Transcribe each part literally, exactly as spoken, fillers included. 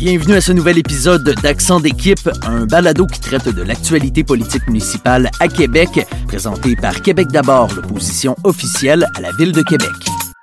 Bienvenue à ce nouvel épisode d'Accent d'équipe, un balado qui traite de l'actualité politique municipale à Québec, présenté par Québec d'abord, l'opposition officielle à la Ville de Québec.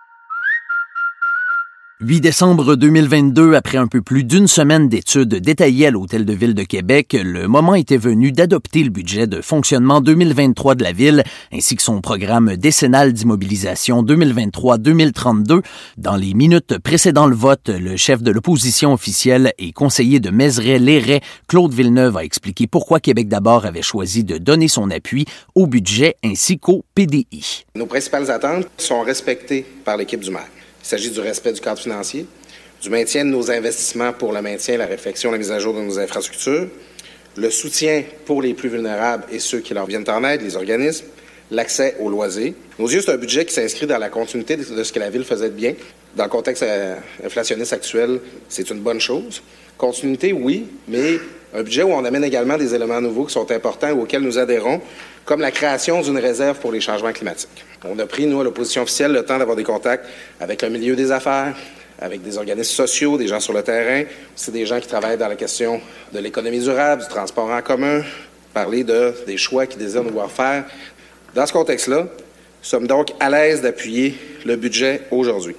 huit décembre deux mille vingt-deux, après un peu plus d'une semaine d'études détaillées à l'Hôtel de Ville de Québec, le moment était venu d'adopter le budget de fonctionnement deux mille vingt-trois de la Ville, ainsi que son programme décennal d'immobilisation deux mille vingt-trois deux mille trente-deux. Dans les minutes précédant le vote, le chef de l'opposition officielle et conseiller de Mézeray-Lairay, Claude Villeneuve, a expliqué pourquoi Québec d'abord avait choisi de donner son appui au budget ainsi qu'au P D I. Nos principales attentes sont respectées par l'équipe du maire. Il s'agit du respect du cadre financier, du maintien de nos investissements pour le maintien, la réflexion, la mise à jour de nos infrastructures, le soutien pour les plus vulnérables et ceux qui leur viennent en aide, les organismes, l'accès aux loisirs. Nos yeux, c'est un budget qui s'inscrit dans la continuité de ce que la Ville faisait de bien. Dans le contexte inflationniste actuel, c'est une bonne chose. Continuité, oui, mais un budget où on amène également des éléments nouveaux qui sont importants ou auxquels nous adhérons, comme la création d'une réserve pour les changements climatiques. On a pris, nous, à l'opposition officielle, le temps d'avoir des contacts avec le milieu des affaires, avec des organismes sociaux, des gens sur le terrain, aussi des gens qui travaillent dans la question de l'économie durable, du transport en commun, parler de, des choix qu'ils désirent nous voir faire. Dans ce contexte-là, nous sommes donc à l'aise d'appuyer le budget aujourd'hui.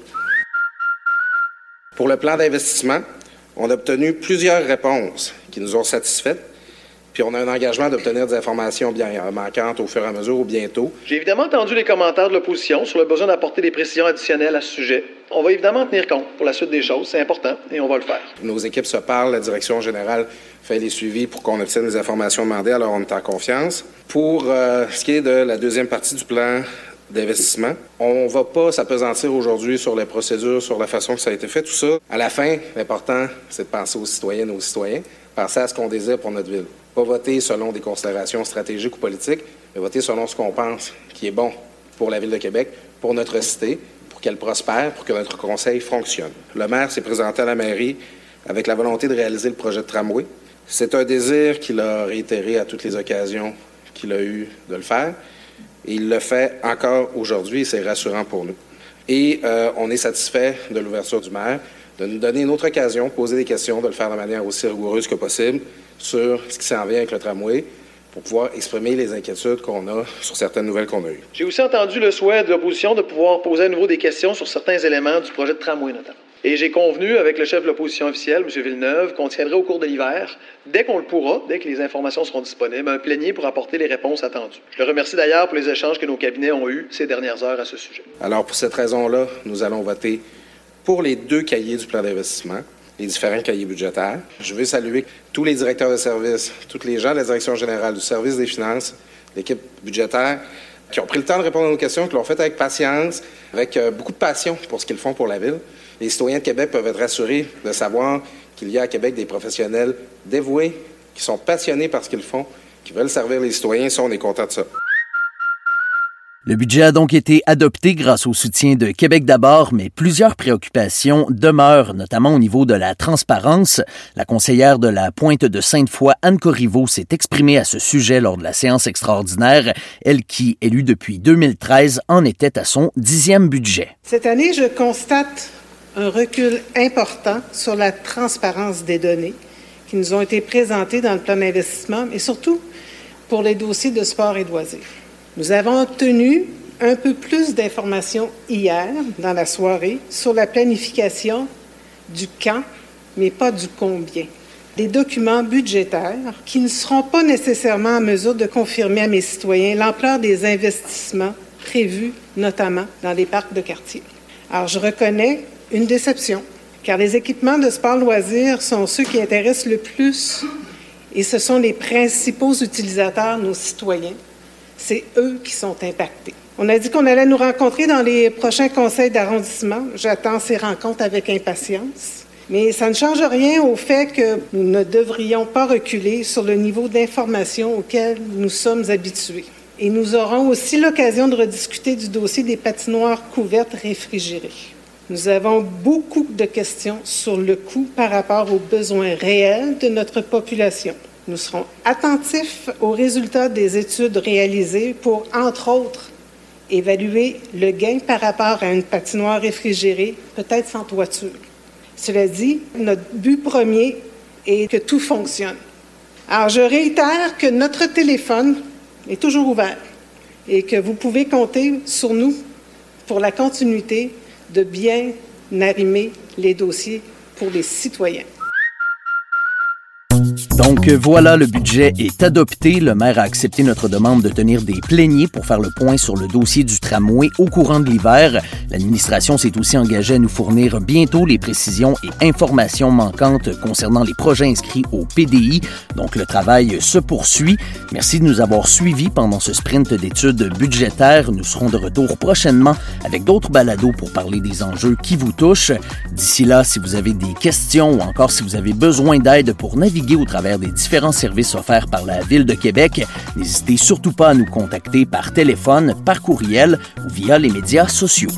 Pour le plan d'investissement, on a obtenu plusieurs réponses qui nous ont satisfaites. Puis on a un engagement d'obtenir des informations bien manquantes au fur et à mesure ou bientôt. J'ai évidemment entendu les commentaires de l'opposition sur le besoin d'apporter des précisions additionnelles à ce sujet. On va évidemment en tenir compte pour la suite des choses, c'est important, et on va le faire. Nos équipes se parlent, la direction générale fait les suivis pour qu'on obtienne les informations demandées, alors on est en confiance. Pour euh, ce qui est de la deuxième partie du plan d'investissement, on ne va pas s'appesantir aujourd'hui sur les procédures, sur la façon que ça a été fait, tout ça. À la fin, l'important, c'est de penser aux citoyennes et aux citoyens, penser à ce qu'on désire pour notre ville. Pas voter selon des considérations stratégiques ou politiques, mais voter selon ce qu'on pense qui est bon pour la Ville de Québec, pour notre cité, pour qu'elle prospère, pour que notre conseil fonctionne. Le maire s'est présenté à la mairie avec la volonté de réaliser le projet de tramway. C'est un désir qu'il a réitéré à toutes les occasions qu'il a eu de le faire. Et il le fait encore aujourd'hui et c'est rassurant pour nous. Et euh, on est satisfait de l'ouverture du maire, de nous donner une autre occasion, de poser des questions, de le faire de manière aussi rigoureuse que possible sur ce qui s'en vient avec le tramway pour pouvoir exprimer les inquiétudes qu'on a sur certaines nouvelles qu'on a eues. J'ai aussi entendu le souhait de l'opposition de pouvoir poser à nouveau des questions sur certains éléments du projet de tramway notamment. Et j'ai convenu avec le chef de l'opposition officielle, M. Villeneuve, qu'on tiendrait au cours de l'hiver, dès qu'on le pourra, dès que les informations seront disponibles, un plénier pour apporter les réponses attendues. Je le remercie d'ailleurs pour les échanges que nos cabinets ont eus ces dernières heures à ce sujet. Alors, pour cette raison-là, nous allons voter pour les deux cahiers du plan d'investissement, les différents cahiers budgétaires. Je veux saluer tous les directeurs de services, tous les gens de la direction générale, du service des finances, l'équipe budgétaire, qui ont pris le temps de répondre à nos questions, qui l'ont fait avec patience, avec euh, beaucoup de passion pour ce qu'ils font pour la Ville. Les citoyens de Québec peuvent être rassurés de savoir qu'il y a à Québec des professionnels dévoués, qui sont passionnés par ce qu'ils font, qui veulent servir les citoyens. Ça, on est contents de ça. Le budget a donc été adopté grâce au soutien de Québec d'abord, mais plusieurs préoccupations demeurent, notamment au niveau de la transparence. La conseillère de la Pointe de Sainte-Foy, Anne Corriveau, s'est exprimée à ce sujet lors de la séance extraordinaire. Elle qui, élue depuis deux mille treize, en était à son dixième budget. Cette année, je constate un recul important sur la transparence des données qui nous ont été présentées dans le plan d'investissement, mais surtout pour les dossiers de sport et de loisirs. Nous avons obtenu un peu plus d'informations hier, dans la soirée, sur la planification du quand, mais pas du combien. Des documents budgétaires qui ne seront pas nécessairement en mesure de confirmer à mes citoyens l'ampleur des investissements prévus, notamment dans les parcs de quartier. Alors, je reconnais une déception, car les équipements de sport-loisirs sont ceux qui intéressent le plus et ce sont les principaux utilisateurs, nos citoyens. C'est eux qui sont impactés. On a dit qu'on allait nous rencontrer dans les prochains conseils d'arrondissement. J'attends ces rencontres avec impatience. Mais ça ne change rien au fait que nous ne devrions pas reculer sur le niveau d'information auquel nous sommes habitués. Et nous aurons aussi l'occasion de rediscuter du dossier des patinoires couvertes réfrigérées. Nous avons beaucoup de questions sur le coût par rapport aux besoins réels de notre population. Nous serons attentifs aux résultats des études réalisées pour, entre autres, évaluer le gain par rapport à une patinoire réfrigérée, peut-être sans toiture. Cela dit, notre but premier est que tout fonctionne. Alors, je réitère que notre téléphone est toujours ouvert et que vous pouvez compter sur nous pour la continuité de bien arrimer les dossiers pour les citoyens. Donc voilà, le budget est adopté. Le maire a accepté notre demande de tenir des pléniers pour faire le point sur le dossier du tramway au courant de l'hiver. L'administration s'est aussi engagée à nous fournir bientôt les précisions et informations manquantes concernant les projets inscrits au P D I. Donc le travail se poursuit. Merci de nous avoir suivis pendant ce sprint d'études budgétaires. Nous serons de retour prochainement avec d'autres balados pour parler des enjeux qui vous touchent. D'ici là, si vous avez des questions ou encore si vous avez besoin d'aide pour naviguer au travers des différents services offerts par la Ville de Québec, n'hésitez surtout pas à nous contacter par téléphone, par courriel ou via les médias sociaux.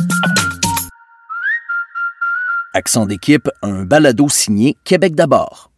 Accent d'équipe, un balado signé Québec d'abord.